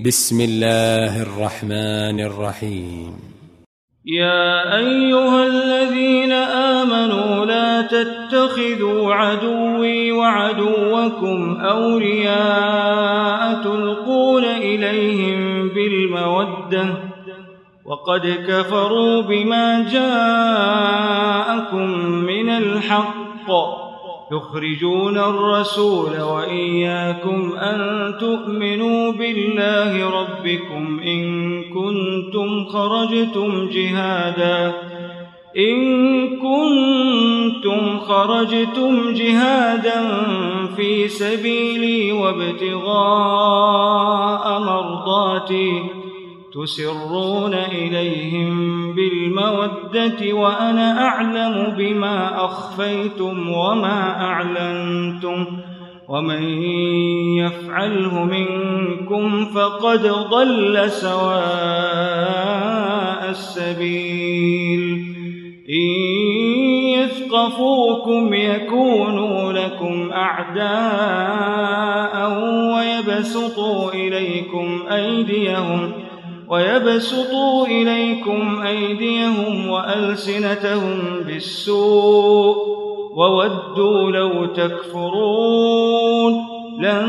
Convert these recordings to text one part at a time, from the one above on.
بسم الله الرحمن الرحيم. يا أيها الذين آمنوا لا تتخذوا عدوي وعدوكم أولياء تلقون إليهم بالمودة وقد كفروا بما جاءكم من الحق يخرجون الرسول وإياكم أن تؤمنوا بالله ربكم إن كنتم خرجتم جهادا في سبيلي وابتغاء مرضاتي تسرون إليهم بالمودة وأنا أعلم بما أخفيتم وما أعلنتم ومن يفعله منكم فقد ضل سواء السبيل. إن يثقفوكم يكونوا لكم أعداء ويبسطوا إليكم أيديهم وألسنتهم بالسوء وودوا لو تكفرون. لن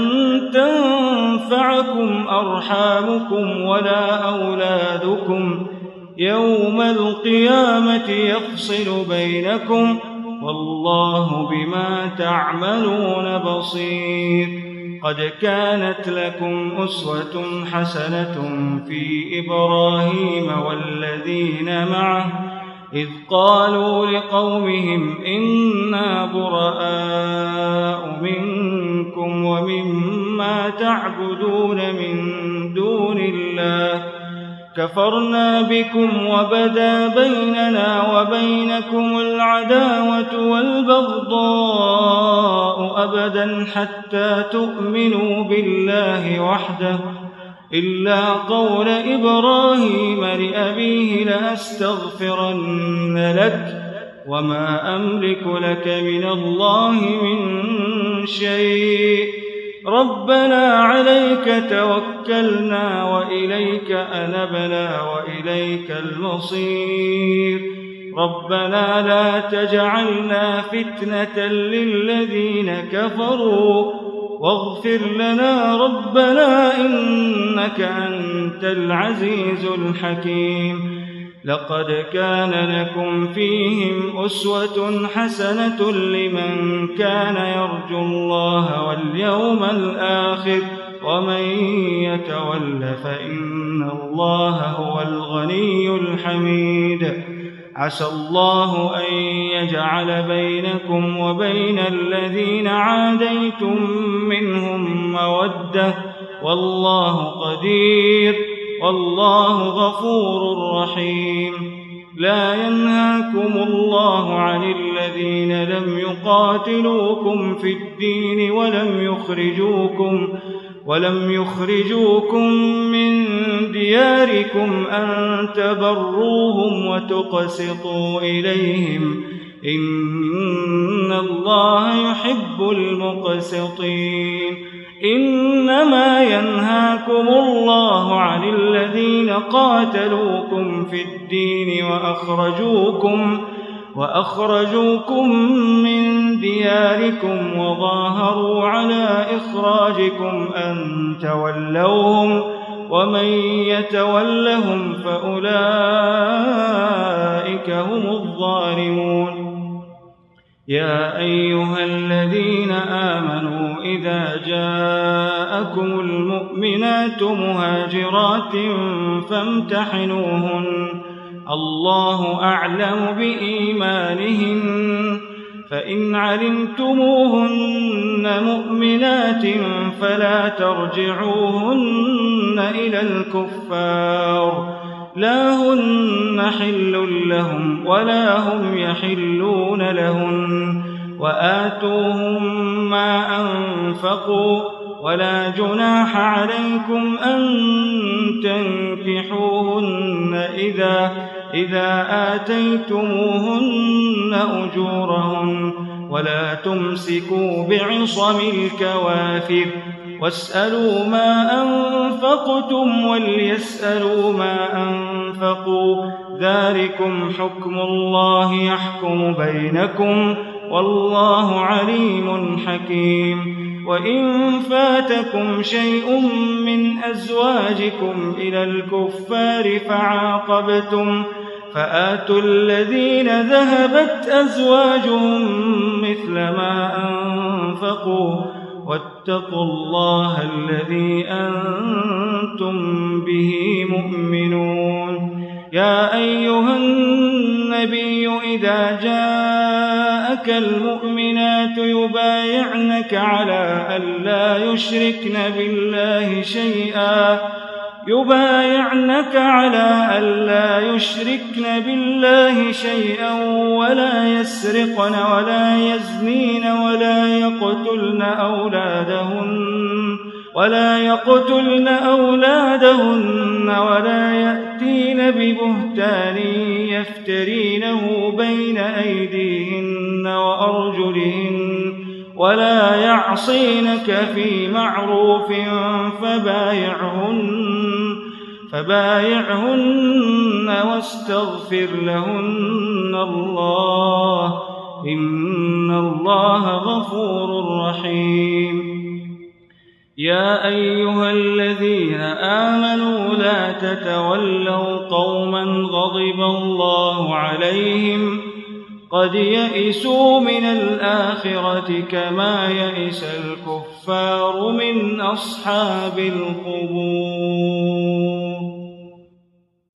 تنفعكم أرحامكم ولا أولادكم يوم القيامة يفصل بينكم والله بما تعملون بصير. قد كانت لكم أسوة حسنة في إبراهيم والذين معه إذ قالوا لقومهم إنا براء منكم ومما تعبدون من دون الله كفرنا بكم وبدا بيننا وبينكم العداوة والبغضاء أبدا حتى تؤمنوا بالله وحده إلا قول إبراهيم لأبيه لأستغفرن لك وما أملك لك من الله من شيء ربنا عليك توكلنا وإليك أنبنا وإليك المصير. ربنا لا تجعلنا فتنة للذين كفروا واغفر لنا ربنا إنك أنت العزيز الحكيم. لقد كان لكم فيهم أسوة حسنة لمن كان يرجو الله واليوم الآخر ومن يتول فإن الله هو الغني الحميد. عسى الله أن يجعل بينكم وبين الذين عاديتم منهم مودة والله قدير والله غفور رحيم. لا ينهاكم الله عن الذين لم يقاتلوكم في الدين ولم يخرجوكم من دياركم أن تبروهم وتقسطوا إليهم إن الله يحب المقسطين. إنما ينهاكم الله عن الذين قاتلوكم في الدين وأخرجوكم من دياركم وظاهروا على إخراجكم أن تولوهم ومن يتولهم فأولئك هم الظالمون. يا أيها الذين آمنوا إذا جاءكم المؤمنات مهاجرات فامتحنوهن الله أعلم بإيمانهن فإن علمتموهن مؤمنات فلا ترجعوهن إلى الكفار لا هن حل لهم ولا هم يحلون لهن وآتوهم ما أنفقوا ولا جناح عليكم أن تنكحوهن إذا آتيتموهن أجورهن ولا تمسكوا بعصم الكوافر واسألوا ما أنفقتم وليسألوا ما أنفقوا ذلكم حكم الله يحكم بينكم والله عليم حكيم وإن فاتكم شيء من أزواجكم إلى الكفار فعاقبتم فآتوا الذين ذهبت أزواجهم مثل ما أنفقوا واتقوا الله الذي أنتم به مؤمنون يا أيها النبي إذا جاءك المؤمنات يبايعنك على ألا يشركن بالله شيئا ولا يسرقن ولا يزنين ولا يقتلن أولادهن ولا يأتين ببهتان يفترينه بين أيديهن وأرجلهن ولا يعصينك في معروف فبايعهن واستغفر لهن الله إن الله غفور رحيم يا أيها الذين آمنوا لا تتولوا قوما غضب الله عليهم قد يئسوا من الآخرة كما يئس الكفار من أصحاب القبور